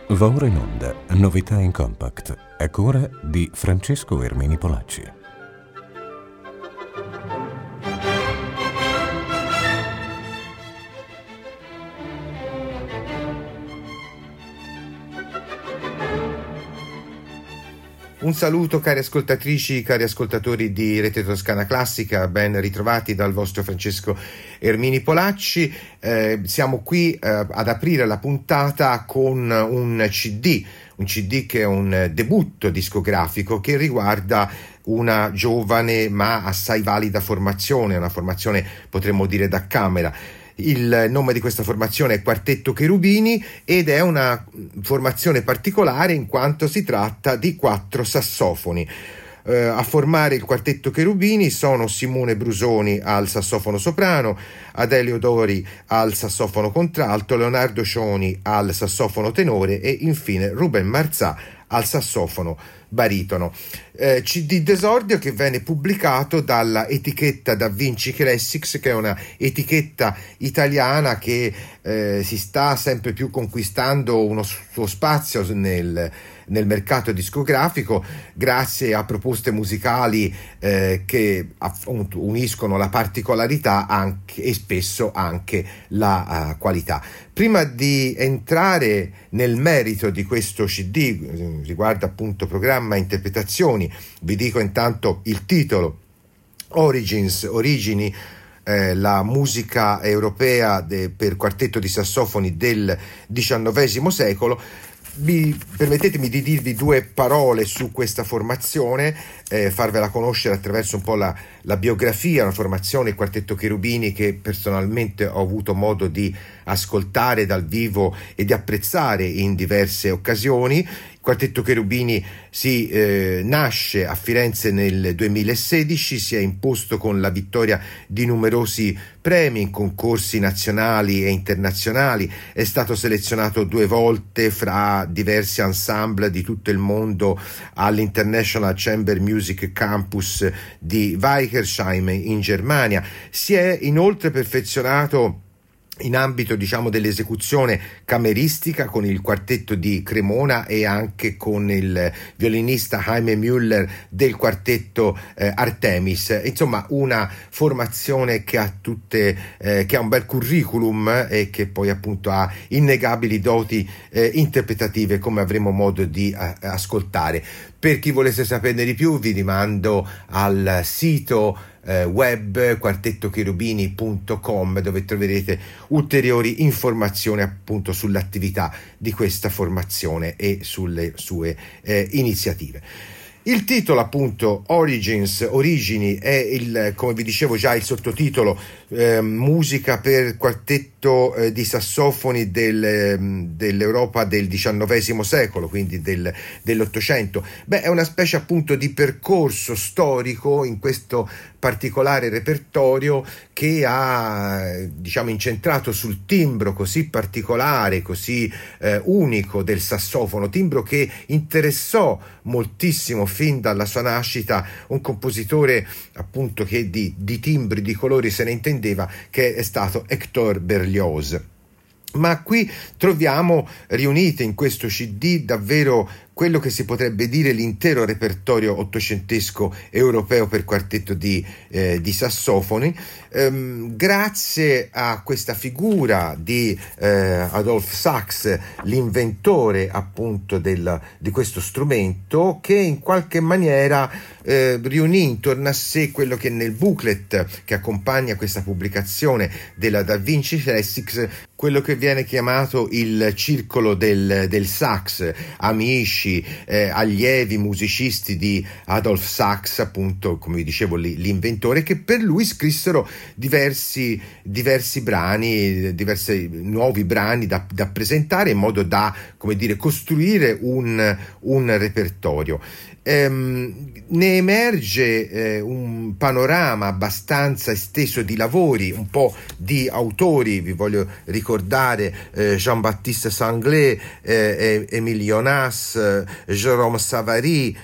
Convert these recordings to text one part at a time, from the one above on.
Va ora in onda Novità in Compact, a cura di Francesco Ermini Polacci. Un saluto cari ascoltatrici, cari ascoltatori di Rete Toscana Classica, ben ritrovati dal vostro Francesco Ermini Polacci. Siamo qui ad aprire la puntata con un CD che è un debutto discografico che riguarda una giovane ma assai valida formazione, una formazione potremmo dire da camera. Il nome di questa formazione è Quartetto Cherubini ed è una formazione particolare in quanto si tratta di 4 sassofoni. A formare il Quartetto Cherubini sono Simone Brusoni al sassofono soprano, Adelio Dori al sassofono contralto, Leonardo Cioni al sassofono tenore e infine Ruben Marzà al sassofono baritono. CD d'esordio che venne pubblicato dalla etichetta Da Vinci Classics, che è una etichetta italiana che si sta sempre più conquistando uno suo spazio nel mercato discografico grazie a proposte musicali che uniscono la particolarità e spesso anche la qualità. Prima di entrare nel merito di questo CD, riguarda appunto programma e interpretazioni, vi dico intanto il titolo: Origini, la musica europea per quartetto di sassofoni del XIX secolo. Permettetemi di dirvi 2 parole su questa formazione, farvela conoscere attraverso un po' la biografia, una formazione, il Quartetto Cherubini, che personalmente ho avuto modo di ascoltare dal vivo e di apprezzare in diverse occasioni. Il Quartetto Cherubini si nasce a Firenze nel 2016, si è imposto con la vittoria di numerosi premi in concorsi nazionali e internazionali, è stato selezionato 2 volte fra diversi ensemble di tutto il mondo all'International Chamber Music Campus di Weichersheim in Germania. Si è inoltre perfezionato in ambito dell'esecuzione cameristica con il quartetto di Cremona e anche con il violinista Jaime Müller del quartetto Artemis. Insomma, una formazione che ha che ha un bel curriculum e che poi appunto ha innegabili doti interpretative, come avremo modo di ascoltare. Per chi volesse saperne di più vi rimando al sito web quartettocherubini.com, dove troverete ulteriori informazioni appunto sull'attività di questa formazione e sulle sue iniziative. Il titolo appunto Origini è come vi dicevo già, il sottotitolo musica per quartetto di sassofoni dell'Europa del XIX secolo, quindi dell'Ottocento. È una specie appunto di percorso storico in questo particolare repertorio che ha incentrato sul timbro così particolare, così unico del sassofono, timbro che interessò moltissimo fin dalla sua nascita un compositore appunto che di timbri, di colori se ne intendeva, che è stato Hector Berlioz. Ma qui troviamo riunite in questo CD davvero quello che si potrebbe dire l'intero repertorio ottocentesco europeo per quartetto di sassofoni, grazie a questa figura di Adolphe Sax, l'inventore appunto di questo strumento, che in qualche maniera riunì intorno a sé quello che nel booklet che accompagna questa pubblicazione della Da Vinci Classics, quello che viene chiamato il circolo del sax, amici, allievi, musicisti di Adolphe Sax, appunto come vi dicevo l'inventore, che per lui scrissero diversi brani, diversi nuovi brani da presentare in modo da, come dire, costruire un repertorio. Ne emerge un panorama abbastanza esteso di lavori, un po' di autori. Vi voglio ricordare Jean-Baptiste Sanglé, Émile Jonas, Jérôme Savary,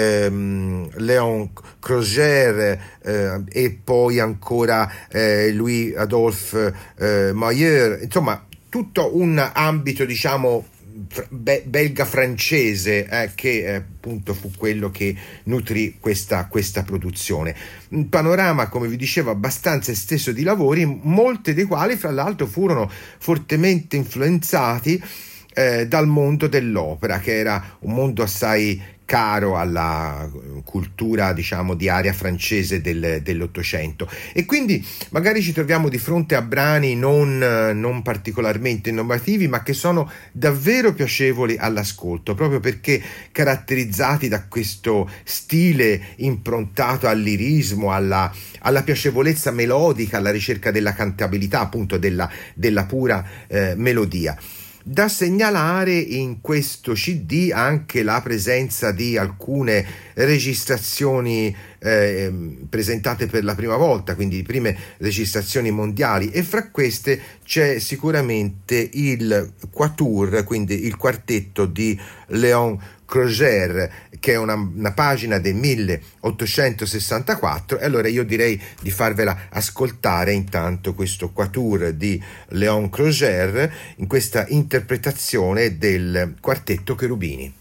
Léon Croger e poi ancora Louis Adolphe Mayer. Insomma, tutto un ambito belga-francese che appunto fu quello che nutrì questa produzione. Un panorama, come vi dicevo, abbastanza esteso di lavori, molti dei quali fra l'altro furono fortemente influenzati dal mondo dell'opera, che era un mondo assai caro alla cultura, diciamo, di area francese dell'Ottocento, e quindi magari ci troviamo di fronte a brani non particolarmente innovativi, ma che sono davvero piacevoli all'ascolto, proprio perché caratterizzati da questo stile improntato al lirismo, alla piacevolezza melodica, alla ricerca della cantabilità, appunto della pura melodia. Da segnalare in questo CD anche la presenza di alcune registrazioni presentate per la prima volta, quindi di prime registrazioni mondiali, e fra queste c'è sicuramente il Quatuor, quindi il quartetto di Léon Kruger, che è una pagina del 1864, e allora io direi di farvela ascoltare intanto questo Quatuor di Léon Kruger in questa interpretazione del quartetto Cherubini.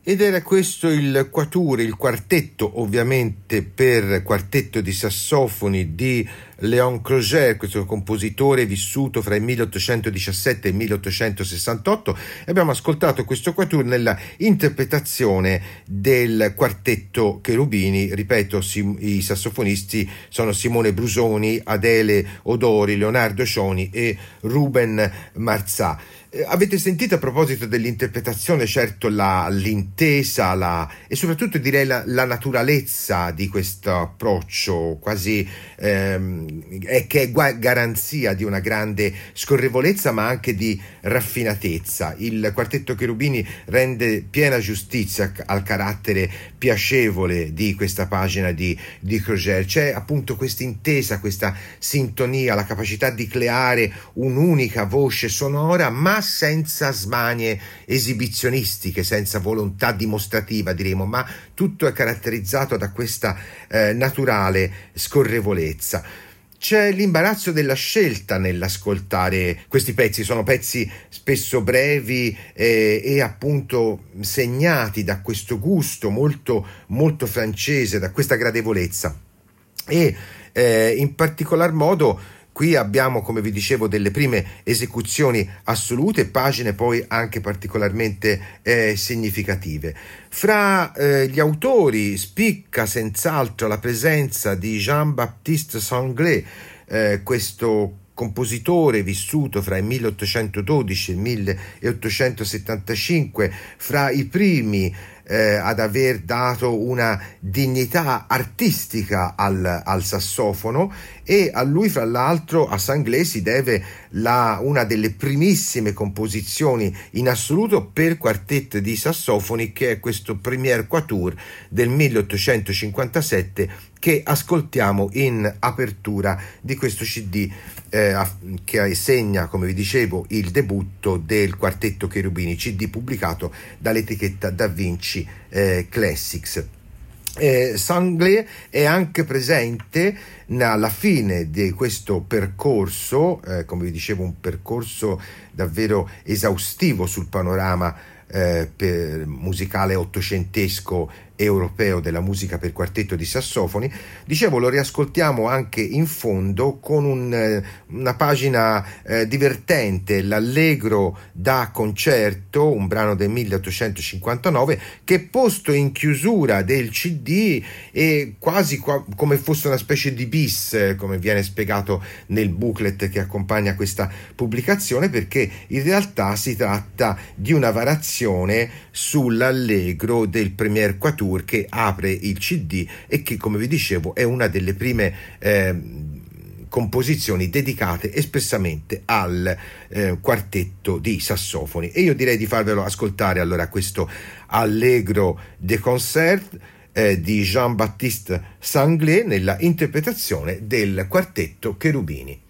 Ed era questo il quatuor, il quartetto, ovviamente per quartetto di sassofoni di Léon Creuser, questo compositore vissuto fra il 1817 e il 1868. E abbiamo ascoltato questo quatuor nella interpretazione del quartetto Cherubini. Ripeto, i sassofonisti sono Simone Brusoni, Adele Odori, Leonardo Cioni e Ruben Marzà. Avete sentito a proposito dell'interpretazione, certo, l'intesa e soprattutto direi la naturalezza di questo approccio quasi che è garanzia di una grande scorrevolezza ma anche di raffinatezza. Il quartetto Cherubini rende piena giustizia al carattere piacevole di questa pagina di Creuser. C'è appunto questa intesa, questa sintonia, la capacità di creare un'unica voce sonora ma senza smanie esibizionistiche, senza volontà dimostrativa, diremo, ma tutto è caratterizzato da questa naturale scorrevolezza. C'è l'imbarazzo della scelta nell'ascoltare questi pezzi, sono pezzi spesso brevi e appunto segnati da questo gusto molto, molto francese, da questa gradevolezza. E in particolar modo qui abbiamo, come vi dicevo, delle prime esecuzioni assolute, pagine poi anche particolarmente significative. Fra gli autori spicca senz'altro la presenza di Jean-Baptiste Sanglé, questo compositore vissuto fra il 1812 e il 1875, fra i primi ad aver dato una dignità artistica al sassofono, e a lui, fra l'altro, a Sanglé si deve una delle primissime composizioni in assoluto per quartetto di sassofoni, che è questo Premier Quatuor del 1857 che ascoltiamo in apertura di questo CD che segna, come vi dicevo, il debutto del quartetto Cherubini, CD pubblicato dall'etichetta Da Vinci Classics. Sanglé è anche presente alla fine di questo percorso, come vi dicevo, un percorso davvero esaustivo sul panorama musicale ottocentesco europeo della musica per quartetto di sassofoni. Dicevo, lo riascoltiamo anche in fondo con una pagina divertente, l'Allegro da concerto, un brano del 1859 che, posto in chiusura del CD, è quasi come fosse una specie di bis, come viene spiegato nel booklet che accompagna questa pubblicazione, perché in realtà si tratta di una variazione sull'Allegro del Premier Quatuor che apre il CD e che, come vi dicevo, è una delle prime composizioni dedicate espressamente al quartetto di sassofoni. E io direi di farvelo ascoltare allora questo Allegro de concert di Jean-Baptiste Sanglé nella interpretazione del quartetto Cherubini.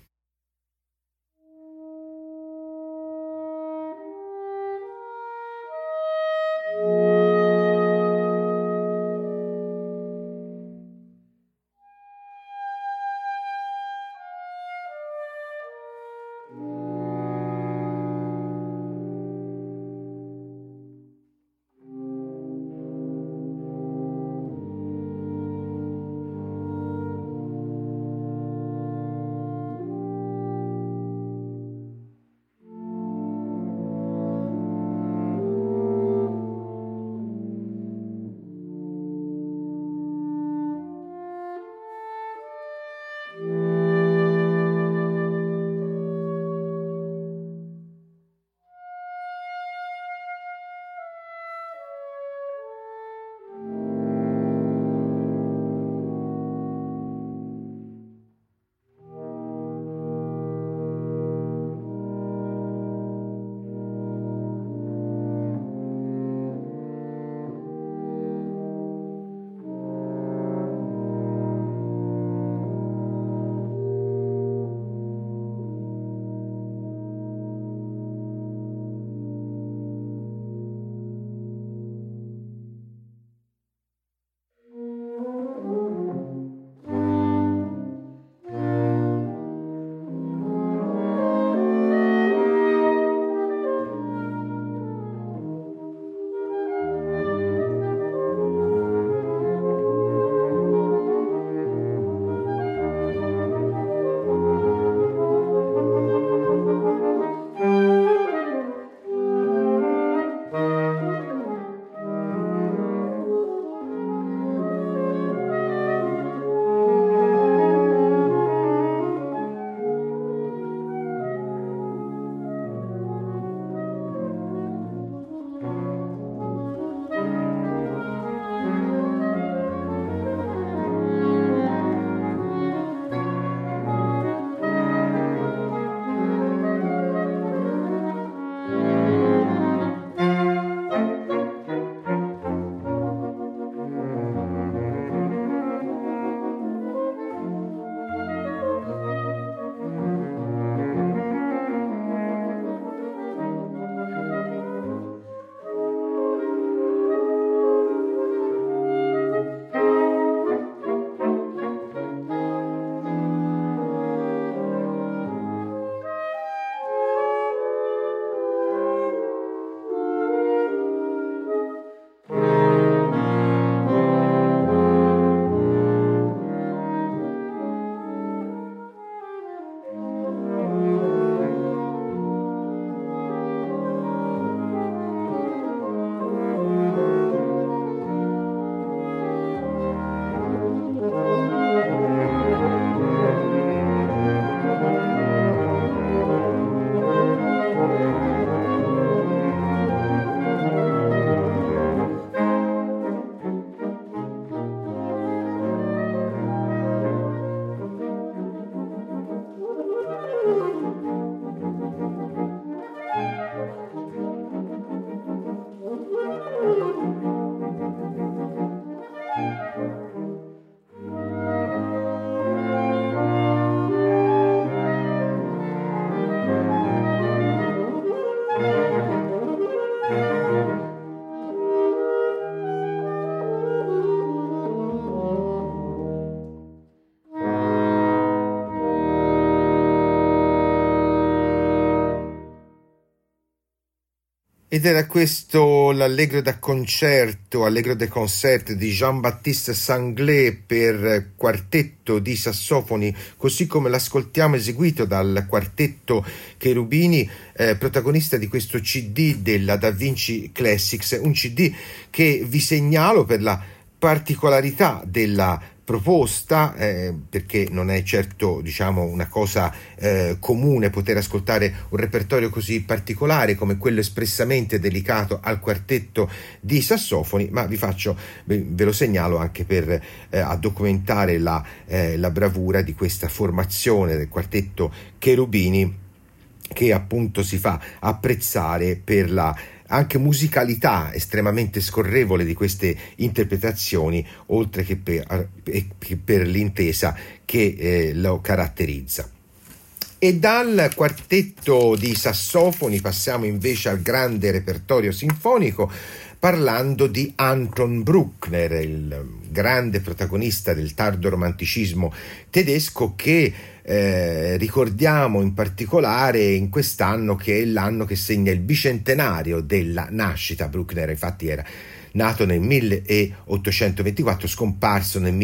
Ed era questo l'Allegro da concerto, Allegro de concert di Jean-Baptiste Sanglé per quartetto di sassofoni, così come l'ascoltiamo eseguito dal quartetto Cherubini, protagonista di questo CD della Da Vinci Classics, un CD che vi segnalo per la particolarità della proposta, perché non è certo, diciamo, una cosa comune poter ascoltare un repertorio così particolare come quello espressamente dedicato al quartetto di sassofoni, ma ve lo segnalo anche per a documentare la bravura di questa formazione del quartetto Cherubini, che appunto si fa apprezzare per la anche musicalità estremamente scorrevole di queste interpretazioni, oltre che per l'intesa che lo caratterizza. E dal quartetto di sassofoni passiamo invece al grande repertorio sinfonico, parlando di Anton Bruckner, il grande protagonista del tardo romanticismo tedesco, che ricordiamo in particolare in quest'anno, che è l'anno che segna il bicentenario della nascita. Bruckner infatti era nato nel 1824, scomparso nel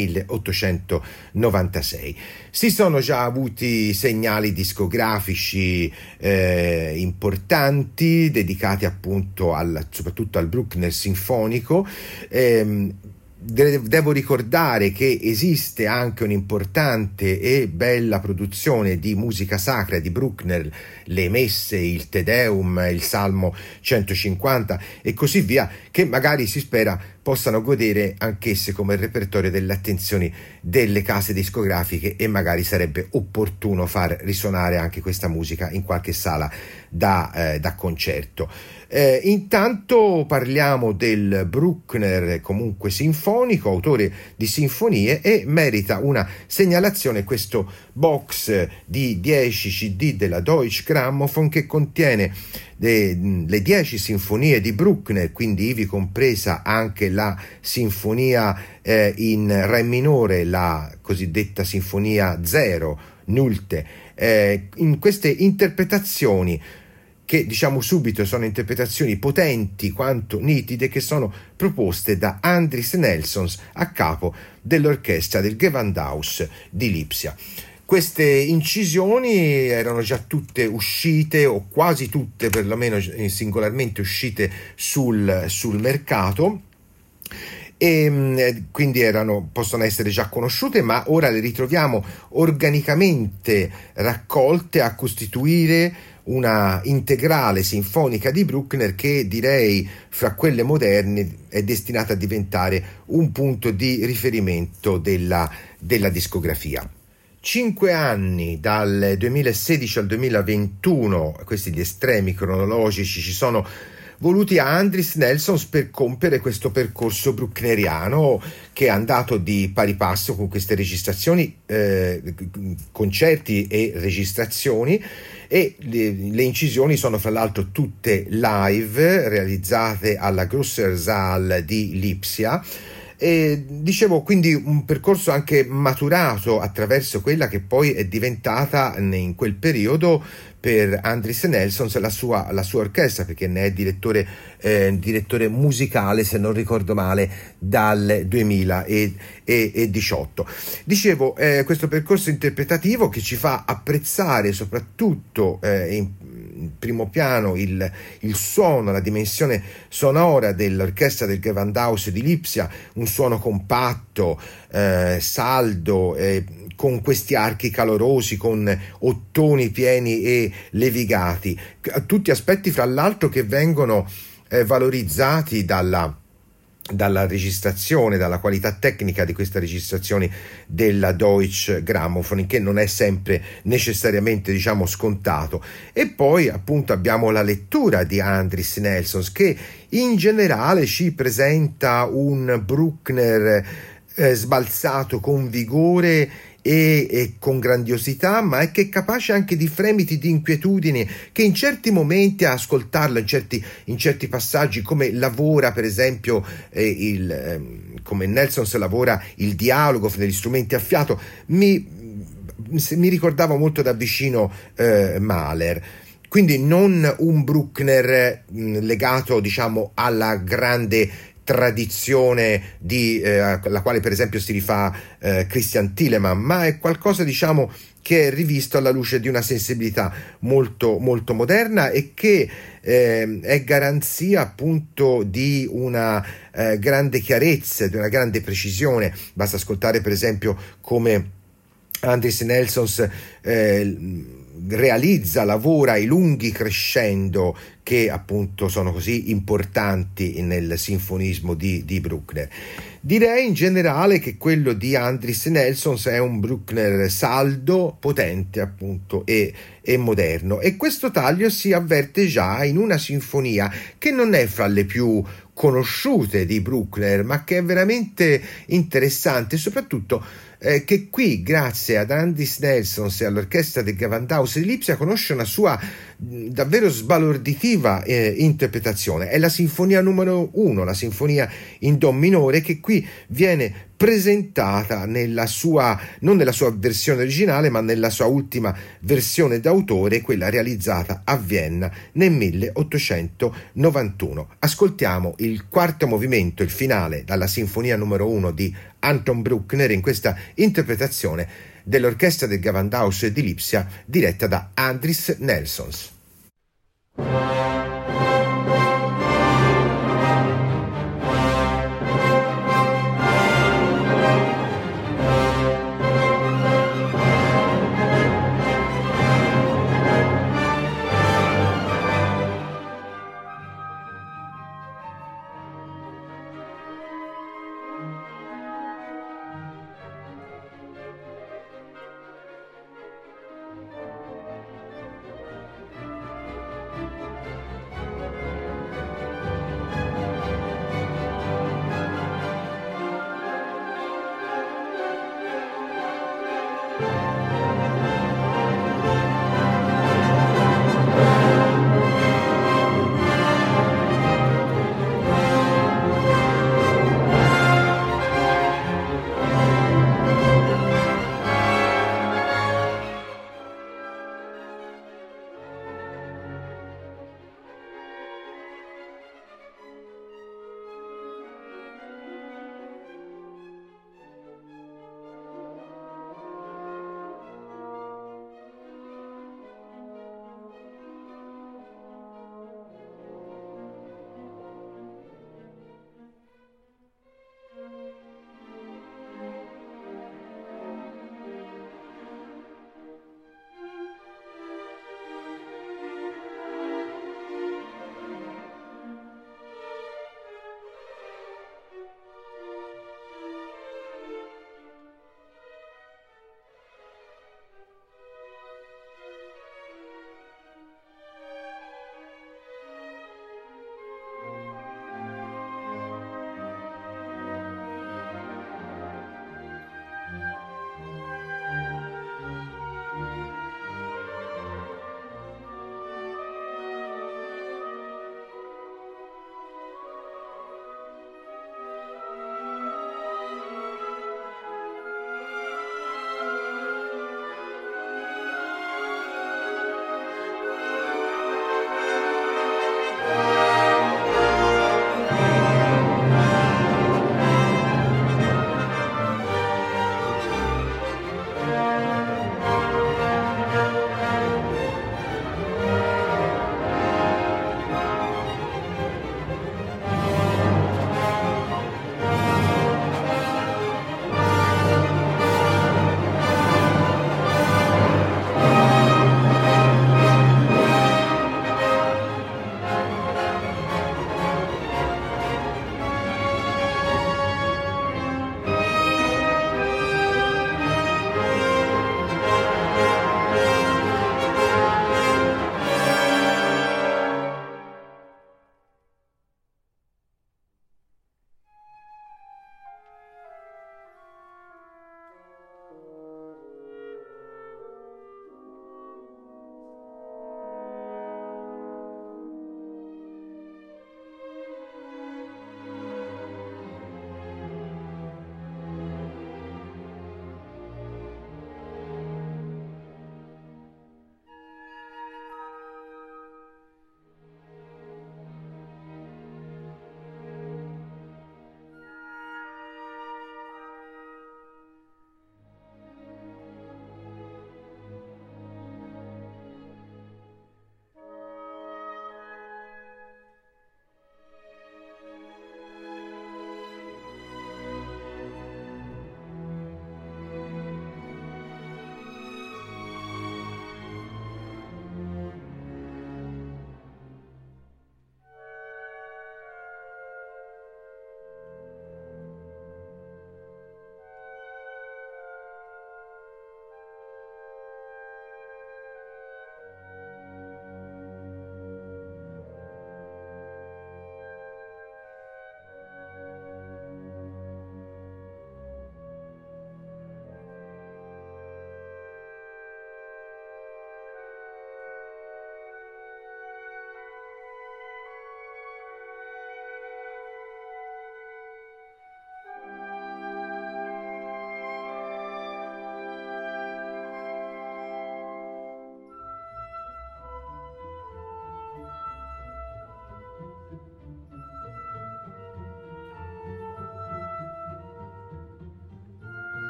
1896. Si sono già avuti segnali discografici importanti dedicati appunto soprattutto al Bruckner sinfonico. Devo ricordare che esiste anche un'importante e bella produzione di musica sacra di Bruckner, le messe, il Te Deum, il Salmo 150 e così via, che magari si spera possano godere anch'esse come repertorio delle attenzioni delle case discografiche, e magari sarebbe opportuno far risuonare anche questa musica in qualche sala da concerto. Intanto parliamo del Bruckner comunque sinfonico, autore di sinfonie, e merita una segnalazione questo box di 10 CD della Deutsche Grammophon, che contiene le 10 sinfonie di Bruckner, quindi ivi compresa anche la sinfonia in re minore, la cosiddetta sinfonia 0, Nulte. In queste interpretazioni, che diciamo subito sono interpretazioni potenti quanto nitide, che sono proposte da Andris Nelsons a capo dell'orchestra del Gewandhaus di Lipsia. Queste incisioni erano già tutte uscite, o quasi tutte perlomeno singolarmente uscite sul mercato, e quindi possono essere già conosciute, ma ora le ritroviamo organicamente raccolte a costituire una integrale sinfonica di Bruckner, che direi fra quelle moderne è destinata a diventare un punto di riferimento della discografia. 5 anni dal 2016 al 2021, questi gli estremi cronologici ci sono voluti a Andris Nelsons per compiere questo percorso bruckneriano, che è andato di pari passo con queste registrazioni, concerti e registrazioni, e le incisioni sono fra l'altro tutte live, realizzate alla Grosser Saal di Lipsia. E dicevo, quindi un percorso anche maturato attraverso quella che poi è diventata in quel periodo per Andris Nelsons la sua orchestra, perché ne è direttore musicale, se non ricordo male, dal 2018. Dicevo, questo percorso interpretativo che ci fa apprezzare soprattutto in primo piano il suono, la dimensione sonora dell'orchestra del Gewandhaus di Lipsia, un suono compatto, saldo, con questi archi calorosi, con ottoni pieni e levigati, tutti aspetti fra l'altro che vengono valorizzati dalla registrazione, dalla qualità tecnica di queste registrazioni della Deutsche Grammophon, che non è sempre necessariamente, diciamo, scontato. E poi appunto abbiamo la lettura di Andris Nelsons, che in generale ci presenta un Bruckner sbalzato con vigore e con grandiosità, ma è che è capace anche di fremiti di inquietudine, che in certi momenti, a ascoltarlo in certi passaggi, come lavora per esempio come Nelsons lavora il dialogo fra gli strumenti a fiato, mi ricordava molto da vicino Mahler. quindi non un Bruckner legato, diciamo, alla grande tradizione alla quale per esempio si rifà Christian Thielemann, ma è qualcosa, diciamo, che è rivisto alla luce di una sensibilità molto molto moderna e che è garanzia appunto di una grande chiarezza, di una grande precisione. Basta ascoltare per esempio come Andris Nelsons lavora i lunghi crescendo che appunto sono così importanti nel sinfonismo di Bruckner. Direi in generale che quello di Andris Nelsons è un Bruckner saldo, potente appunto e moderno, e questo taglio si avverte già in una sinfonia che non è fra le più conosciute di Bruckner, ma che è veramente interessante, soprattutto che qui, grazie ad Andris Nelsons e all'orchestra del Gewandhaus di Lipsia, conosce una sua davvero sbalorditiva interpretazione. È la sinfonia numero 1, la sinfonia in do minore, che qui viene presentata nella sua, non nella sua versione originale, ma nella sua ultima versione d'autore, quella realizzata a Vienna nel 1891. Ascoltiamo il quarto movimento, il finale, dalla sinfonia numero 1 di Anton Bruckner, in questa interpretazione dell'orchestra del Gewandhaus di Lipsia diretta da Andris Nelsons.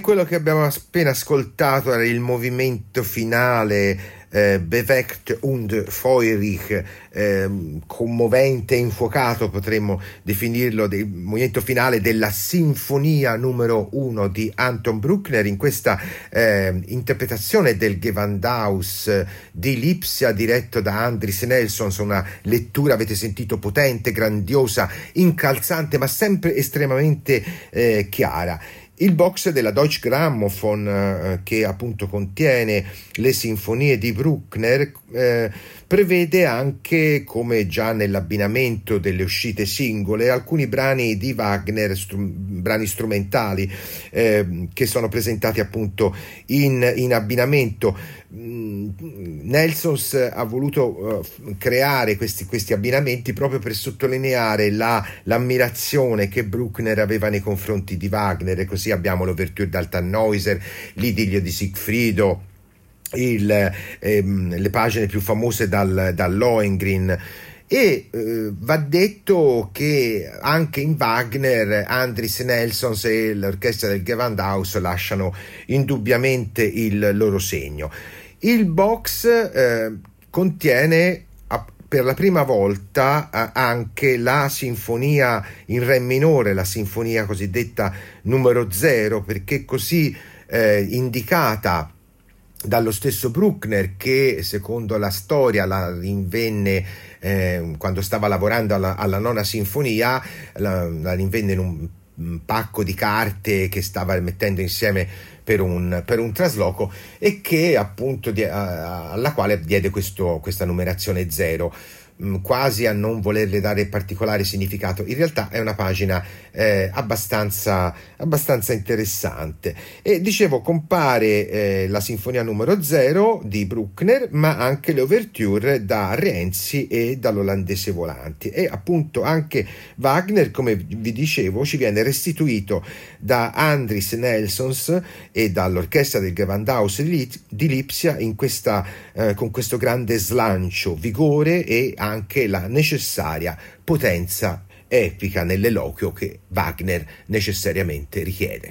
quello che abbiamo appena ascoltato era il movimento finale Bewegt und feurig, commovente e infuocato, potremmo definirlo, del movimento finale della Sinfonia numero 1 di Anton Bruckner, in questa interpretazione del Gewandhaus di Lipsia, diretto da Andris Nelsons. Una lettura, avete sentito, potente, grandiosa, incalzante, ma sempre estremamente chiara. Il box della Deutsche Grammophon, che appunto contiene le sinfonie di Bruckner, prevede anche, come già nell'abbinamento delle uscite singole, alcuni brani di Wagner, brani strumentali, che sono presentati appunto in abbinamento. Nelsons ha voluto creare questi abbinamenti proprio per sottolineare l'ammirazione che Bruckner aveva nei confronti di Wagner, e così abbiamo l'Ouverture dal Tannhäuser, l'Idillio di Sigfrido, le pagine più famose dal Lohengrin. E va detto che anche in Wagner Andris Nelsons e l'orchestra del Gewandhaus lasciano indubbiamente il loro segno. Il box contiene per la prima volta anche la sinfonia in re minore, la sinfonia cosiddetta numero 0, perché così indicata dallo stesso Bruckner, che secondo la storia la rinvenne quando stava lavorando alla nona sinfonia, la rinvenne in un pacco di carte che stava mettendo insieme per un trasloco, e che appunto alla quale diede questa numerazione 0, quasi a non volerle dare particolare significato. In realtà è una pagina abbastanza interessante. E dicevo, compare la sinfonia numero 0 di Bruckner, ma anche le ouverture da Renzi e dall'Olandese Volanti, e appunto anche Wagner, come vi dicevo, ci viene restituito da Andris Nelsons e dall'orchestra del Gewandhaus di Lipsia con questo grande slancio, vigore e anche la necessaria potenza epica nell'eloquio che Wagner necessariamente richiede.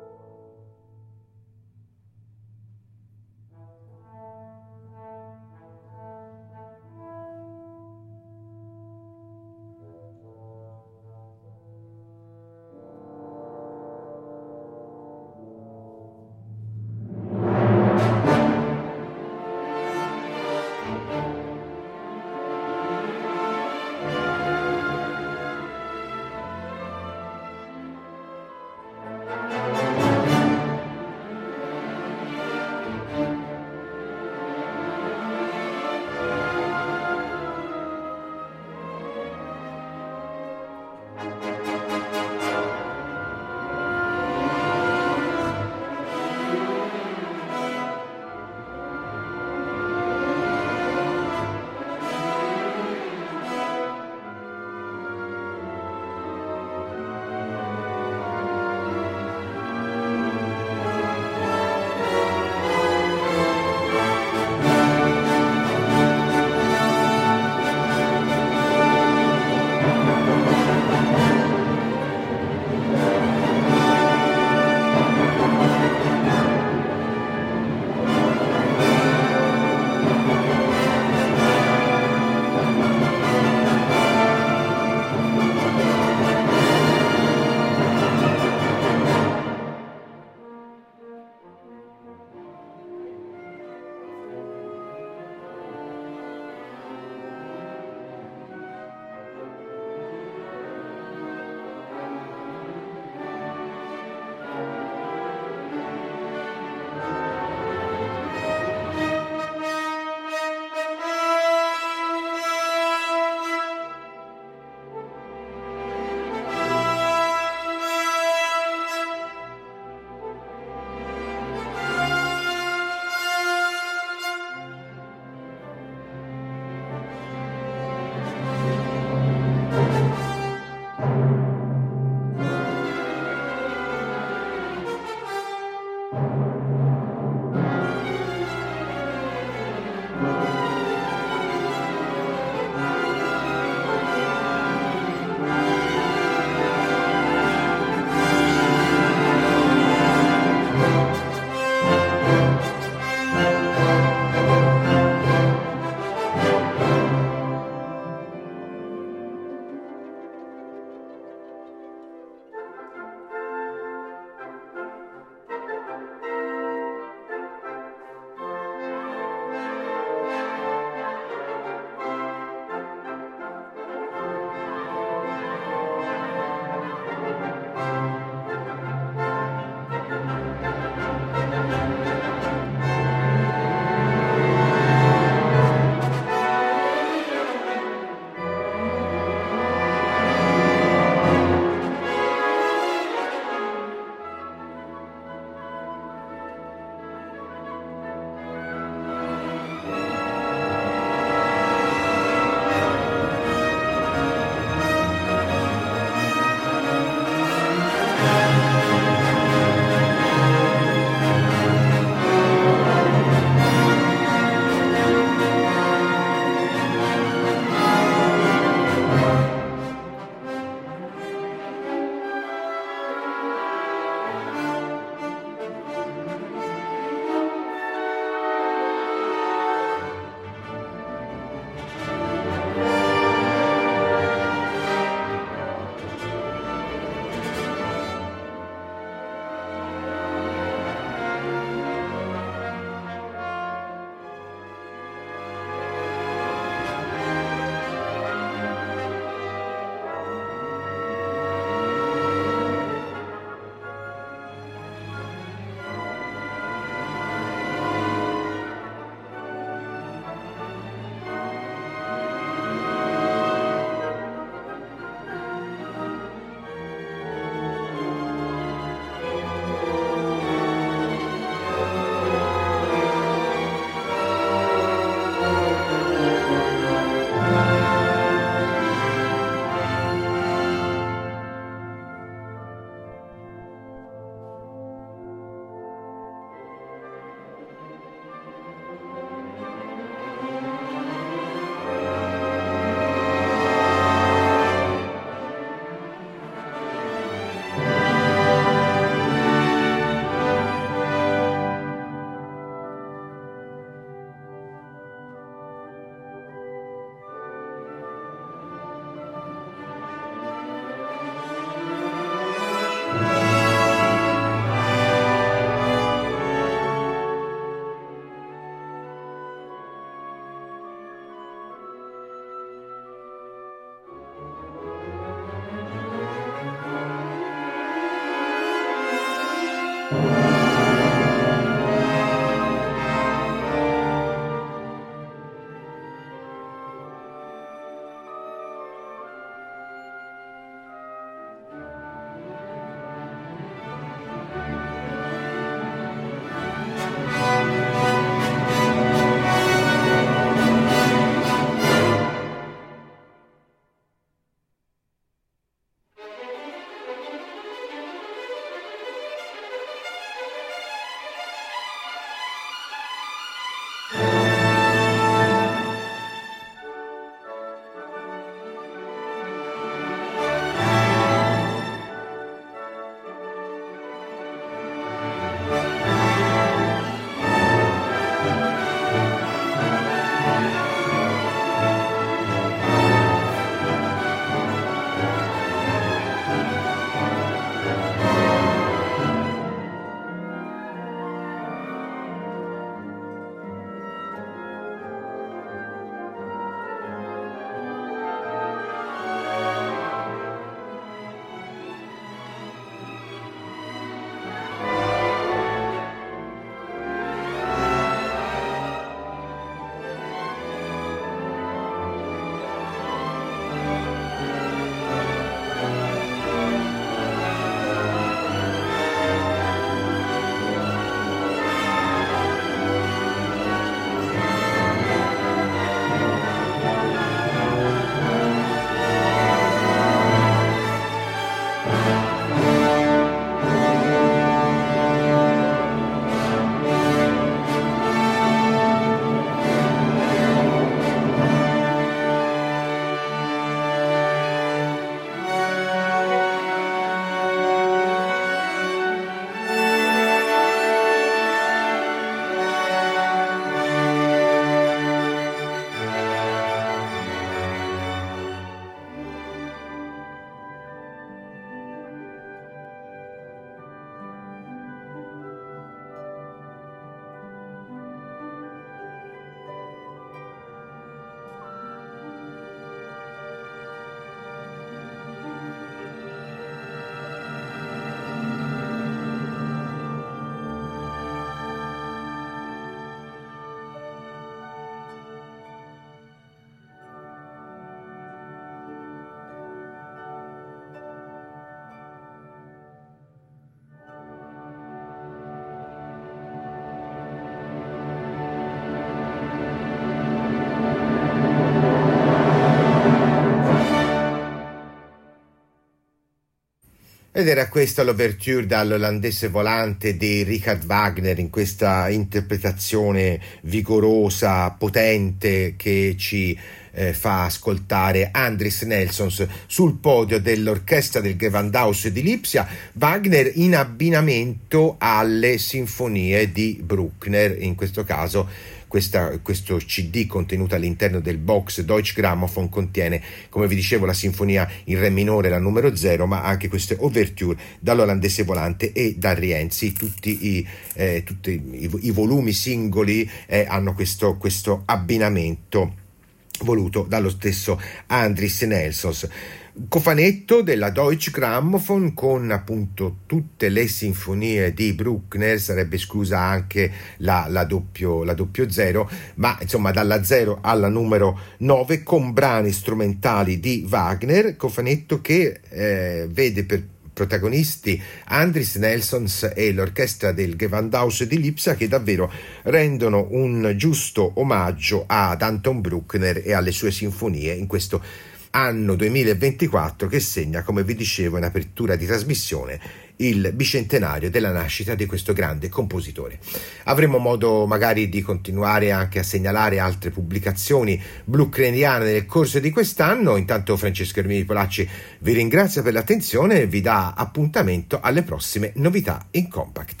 Ed era questa l'ouverture dall'Olandese volante di Richard Wagner, in questa interpretazione vigorosa, potente, che ci fa ascoltare Andris Nelsons sul podio dell'orchestra del Gewandhaus di Lipsia, Wagner in abbinamento alle sinfonie di Bruckner, in questo caso. Questo CD contenuto all'interno del box Deutsche Grammophon contiene, come vi dicevo, la sinfonia in re minore, la numero 0, ma anche queste ouverture dall'Olandese volante e da Rienzi. Tutti i volumi singoli hanno questo abbinamento voluto dallo stesso Andris Nelsons. Cofanetto della Deutsche Grammophon con appunto tutte le sinfonie di Bruckner, sarebbe esclusa anche la doppio 0, ma insomma dalla 0 alla numero 9 con brani strumentali di Wagner, cofanetto che vede per protagonisti Andris Nelsons e l'orchestra del Gewandhaus di Lipsia, che davvero rendono un giusto omaggio ad Anton Bruckner e alle sue sinfonie in questo anno 2024 che segna, come vi dicevo in apertura di trasmissione, il bicentenario della nascita di questo grande compositore. Avremo modo magari di continuare anche a segnalare altre pubblicazioni bruckneriane nel corso di quest'anno. Intanto Francesco Ermini Polacci vi ringrazia per l'attenzione e vi dà appuntamento alle prossime novità in compact.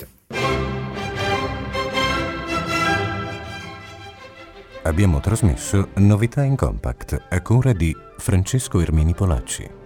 Abbiamo trasmesso Novità in Compact a cura di Francesco Ermini Polacci.